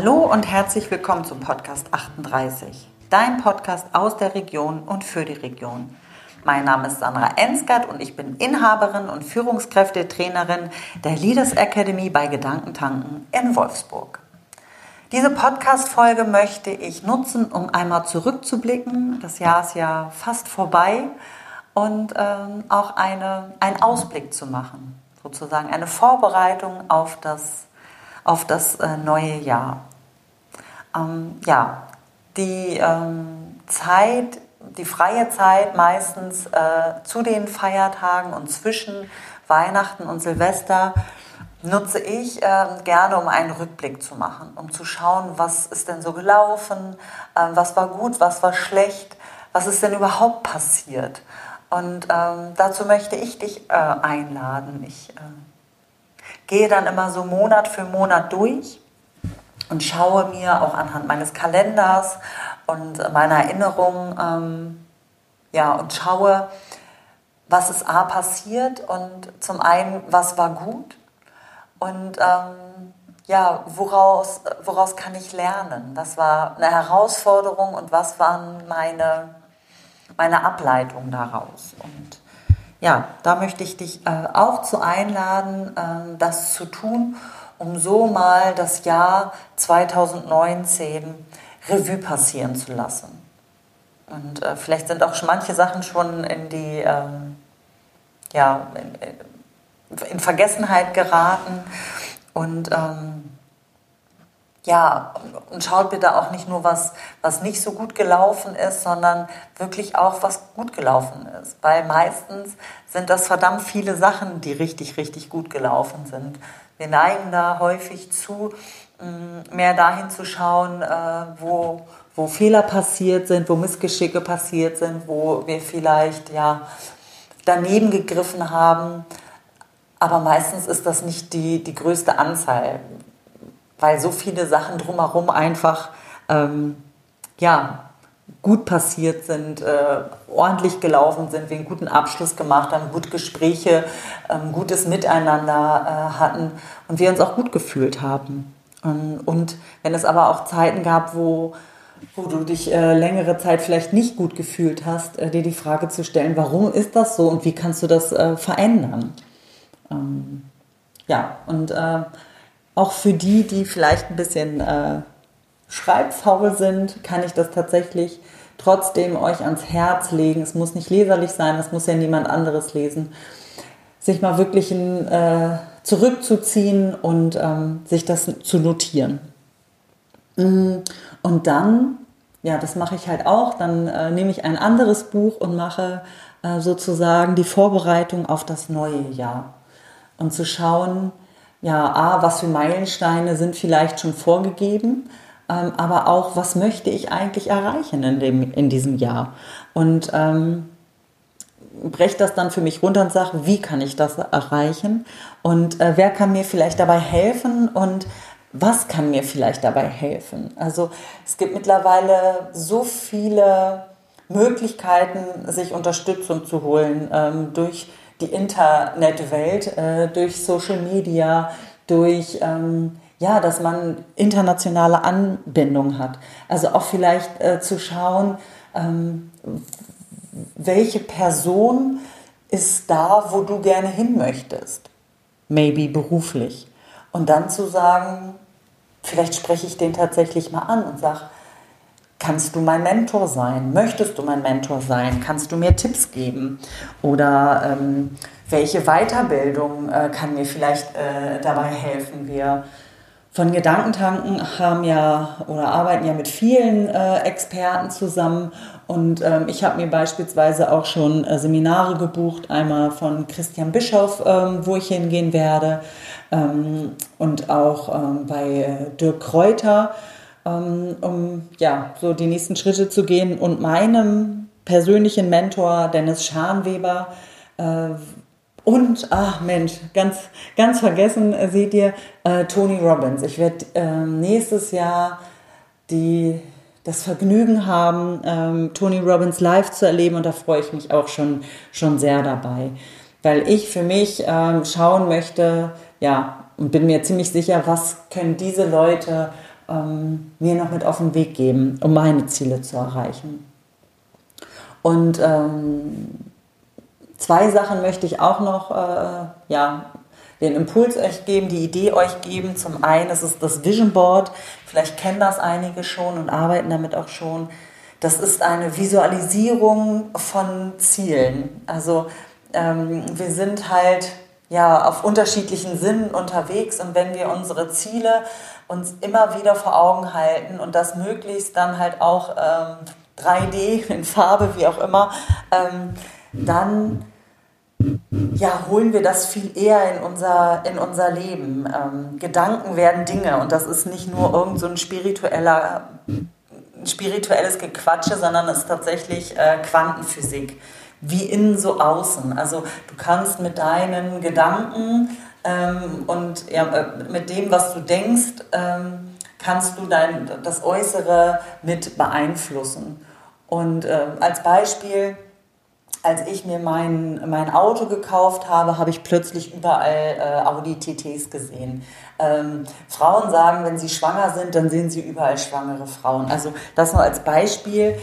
Hallo und herzlich willkommen zum Podcast 38, dein Podcast aus der Region und für die Region. Mein Name ist Sandra Ensgard und ich bin Inhaberin und Führungskräftetrainerin der Leaders Academy bei Gedankentanken in Wolfsburg. Diese Podcast-Folge möchte ich nutzen, um einmal zurückzublicken. Das Jahr ist ja fast vorbei und auch einen Ausblick zu machen, sozusagen eine Vorbereitung auf das neue Jahr. Die freie Zeit meistens zu den Feiertagen und zwischen Weihnachten und Silvester nutze ich gerne, um einen Rückblick zu machen, um zu schauen, was ist denn so gelaufen, was war gut, was war schlecht, was ist denn überhaupt passiert. Und dazu möchte ich dich einladen. Ich gehe dann immer so Monat für Monat durch und schaue mir auch anhand meines Kalenders und meiner Erinnerungen und schaue, was ist passiert und zum einen, was war gut und woraus kann ich lernen? Was war eine Herausforderung und was waren meine Ableitungen daraus? Und ja, da möchte ich dich auch zu einladen, das zu tun, um so mal das Jahr 2019 Revue passieren zu lassen. Und vielleicht sind auch schon manche Sachen schon in Vergessenheit geraten. Und und schaut bitte auch nicht nur, was nicht so gut gelaufen ist, sondern wirklich auch, was gut gelaufen ist. Weil meistens sind das verdammt viele Sachen, die richtig, richtig gut gelaufen sind. Wir neigen da häufig zu, mehr dahin zu schauen, wo Fehler passiert sind, wo Missgeschicke passiert sind, wo wir vielleicht daneben gegriffen haben. Aber meistens ist das nicht die größte Anzahl, weil so viele Sachen drumherum einfach gut passiert sind, ordentlich gelaufen sind, wir einen guten Abschluss gemacht haben, gute Gespräche, gutes Miteinander hatten und wir uns auch gut gefühlt haben. Und wenn es aber auch Zeiten gab, wo du dich längere Zeit vielleicht nicht gut gefühlt hast, dir die Frage zu stellen, warum ist das so und wie kannst du das verändern? Auch für die vielleicht ein bisschen schreibfaul sind, kann ich das tatsächlich trotzdem euch ans Herz legen. Es muss nicht leserlich sein, es muss ja niemand anderes lesen. Sich mal wirklich zurückzuziehen und sich das zu notieren. Und dann, das mache ich halt auch, dann nehme ich ein anderes Buch und mache sozusagen die Vorbereitung auf das neue Jahr. Und zu schauen, was für Meilensteine sind vielleicht schon vorgegeben, aber auch, was möchte ich eigentlich erreichen in diesem Jahr? Und breche das dann für mich runter und sage, wie kann ich das erreichen? Und wer kann mir vielleicht dabei helfen? Und was kann mir vielleicht dabei helfen? Also es gibt mittlerweile so viele Möglichkeiten, sich Unterstützung zu holen durch die Internetwelt, durch Social Media, durch dass man internationale Anbindung hat. Also auch vielleicht zu schauen, welche Person ist da, wo du gerne hin möchtest. Maybe beruflich. Und dann zu sagen, vielleicht spreche ich den tatsächlich mal an und sage, kannst du mein Mentor sein? Möchtest du mein Mentor sein? Kannst du mir Tipps geben? Oder welche Weiterbildung kann mir vielleicht dabei helfen? Wir von Gedankentanken arbeiten ja mit vielen Experten zusammen. Und ich habe mir beispielsweise auch schon Seminare gebucht. Einmal von Christian Bischoff, wo ich hingehen werde. Und auch bei Dirk Kräuter, um so die nächsten Schritte zu gehen, und meinem persönlichen Mentor Dennis Scharnweber und, ganz vergessen, seht ihr, Tony Robbins. Ich werde nächstes Jahr das Vergnügen haben, Tony Robbins live zu erleben, und da freue ich mich auch schon sehr dabei, weil ich für mich schauen möchte, und bin mir ziemlich sicher, was können diese Leute mir noch mit auf den Weg geben, um meine Ziele zu erreichen. Und 2 Sachen möchte ich auch noch den Impuls euch geben, die Idee euch geben. Zum einen ist es das Vision Board. Vielleicht kennen das einige schon und arbeiten damit auch schon. Das ist eine Visualisierung von Zielen. Also wir sind halt auf unterschiedlichen Sinnen unterwegs und wenn wir unsere Ziele uns immer wieder vor Augen halten und das möglichst dann halt auch 3D in Farbe, wie auch immer, dann holen wir das viel eher in unser Leben. Gedanken werden Dinge und das ist nicht nur irgend so ein spirituelles Gequatsche, sondern es ist tatsächlich Quantenphysik. Wie innen so außen. Also du kannst mit deinen Gedanken und mit dem, was du denkst, kannst du das Äußere mit beeinflussen. Und als Beispiel, als ich mir mein Auto gekauft habe, habe ich plötzlich überall Audi TTs gesehen. Frauen sagen, wenn sie schwanger sind, dann sehen sie überall schwangere Frauen. Also das nur als Beispiel.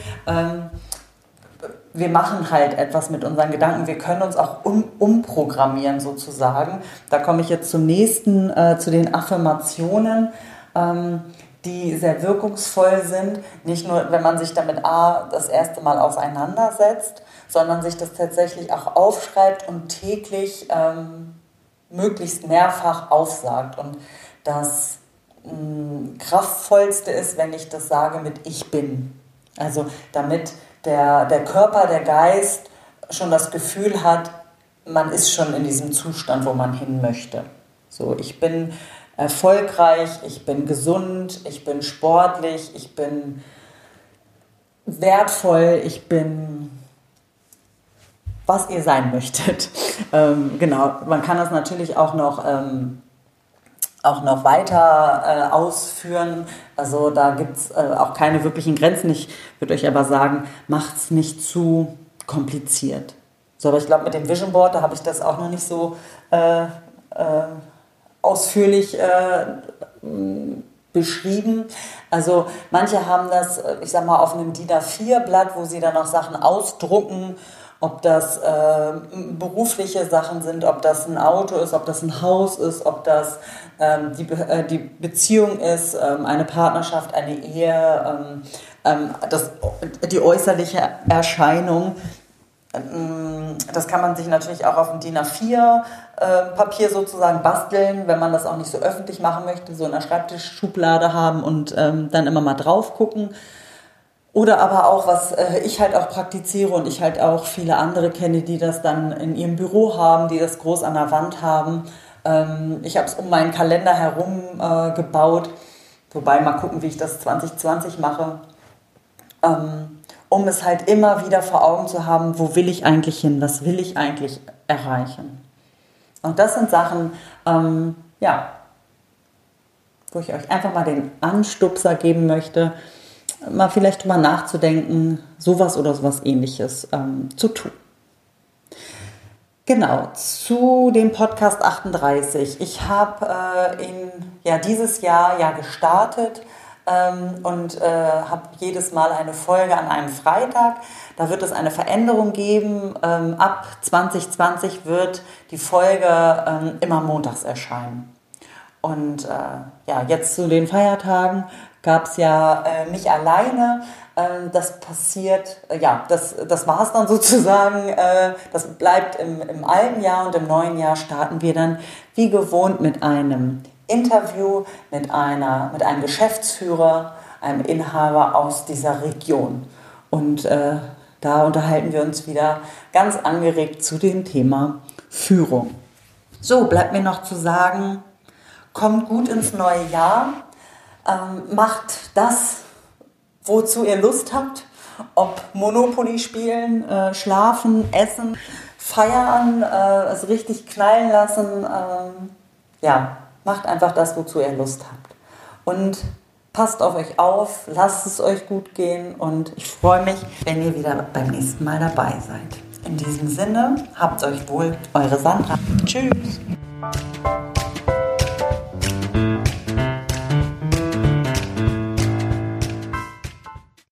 Wir machen halt etwas mit unseren Gedanken. Wir können uns auch umprogrammieren sozusagen. Da komme ich jetzt zum nächsten, zu den Affirmationen, die sehr wirkungsvoll sind. Nicht nur, wenn man sich damit das erste Mal auseinandersetzt, sondern sich das tatsächlich auch aufschreibt und täglich möglichst mehrfach aufsagt. Und das Kraftvollste ist, wenn ich das sage mit Ich bin. Also damit der Körper, der Geist schon das Gefühl hat, man ist schon in diesem Zustand, wo man hin möchte. So, ich bin erfolgreich, ich bin gesund, ich bin sportlich, ich bin wertvoll, ich bin, was ihr sein möchtet. Genau, man kann das natürlich auch noch weiter ausführen. Also da gibt es auch keine wirklichen Grenzen. Ich würde euch aber sagen, macht es nicht zu kompliziert. So, aber ich glaube, mit dem Vision Board, da habe ich das auch noch nicht so ausführlich beschrieben. Also manche haben das, ich sag mal, auf einem DIN A4-Blatt, wo sie dann auch Sachen ausdrucken, ob das berufliche Sachen sind, ob das ein Auto ist, ob das ein Haus ist, ob das die Beziehung ist, eine Partnerschaft, eine Ehe, die äußerliche Erscheinung. Das kann man sich natürlich auch auf dem DIN A4 Papier sozusagen basteln, wenn man das auch nicht so öffentlich machen möchte, so in der Schreibtischschublade haben und dann immer mal drauf gucken. Oder aber auch, was ich halt auch praktiziere und ich halt auch viele andere kenne, die das dann in ihrem Büro haben, die das groß an der Wand haben. Ich habe es um meinen Kalender herum gebaut, wobei mal gucken, wie ich das 2020 mache, um es halt immer wieder vor Augen zu haben, wo will ich eigentlich hin, was will ich eigentlich erreichen. Und das sind Sachen, wo ich euch einfach mal den Anstupser geben möchte, mal vielleicht drüber nachzudenken, sowas oder sowas Ähnliches zu tun. Genau, zu dem Podcast 38. Ich habe dieses Jahr gestartet und habe jedes Mal eine Folge an einem Freitag. Da wird es eine Veränderung geben. Ab 2020 wird die Folge immer montags erscheinen. Und jetzt zu den Feiertagen gab es mich alleine. Das passiert, das war es dann sozusagen. Das bleibt im alten Jahr und im neuen Jahr starten wir dann wie gewohnt mit einem Interview mit einem Geschäftsführer, einem Inhaber aus dieser Region. Und da unterhalten wir uns wieder ganz angeregt zu dem Thema Führung. So, bleibt mir noch zu sagen, kommt gut ins neue Jahr, macht das, wozu ihr Lust habt, ob Monopoly spielen, schlafen, essen, feiern, es richtig knallen lassen, macht einfach das, wozu ihr Lust habt. Und passt auf euch auf, lasst es euch gut gehen und ich freue mich, wenn ihr wieder beim nächsten Mal dabei seid. In diesem Sinne, habt euch wohl, eure Sandra. Tschüss.